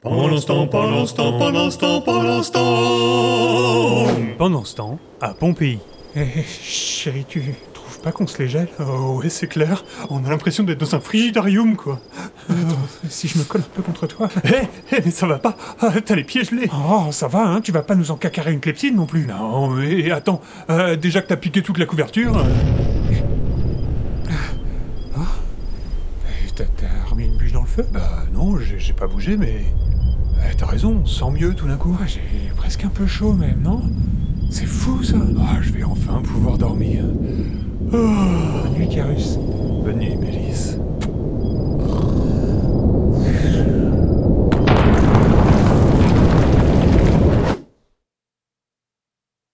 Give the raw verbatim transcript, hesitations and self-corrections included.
Pendant ce temps, pendant ce temps, pendant ce temps, pendant ce temps. Pendant ce temps, à Pompéi. Eh, chérie, tu trouves pas qu'on se les gèle? Oh ouais, c'est clair. On a l'impression d'être dans un frigidarium, quoi. Attends, si je me colle un peu contre toi... Hé, hey, hey, mais ça va pas. Ah, t'as les pieds gelés. Oh, ça va, hein, tu vas pas nous encacarer une clepsydre non plus. Non, mais attends, euh, déjà que t'as piqué toute la couverture... Euh... Oh. T'as, t'as remis une bûche dans le feu? Bah non, j'ai, j'ai pas bougé, mais... Eh, t'as raison, on se sent mieux tout d'un coup. Ouais, j'ai presque un peu chaud même, non? C'est fou, ça. Ah, je vais enfin pouvoir dormir. Oh. Bonne nuit, Carus.